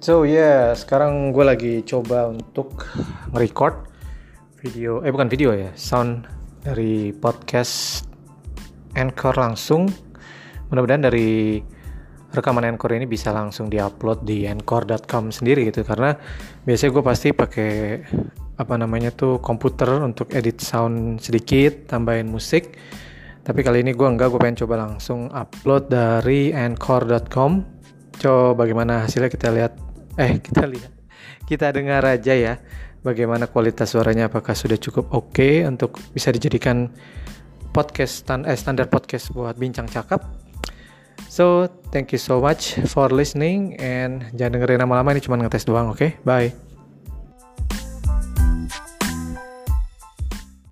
Sekarang gue lagi coba untuk nge-record bukan video ya, sound dari podcast Anchor langsung. Mudah-mudahan dari rekaman Anchor ini bisa langsung diupload di anchor.com sendiri gitu, karena biasanya gue pasti pakai komputer untuk edit sound sedikit, tambahin musik. Tapi kali ini gue pengen coba langsung upload dari anchor.com. Coba bagaimana hasilnya kita dengar aja ya, bagaimana kualitas suaranya, apakah sudah cukup oke untuk bisa dijadikan standar podcast buat bincang cakap. So thank you so much for listening, and jangan dengerin lama-lama, ini cuma ngetes doang. Oke, bye.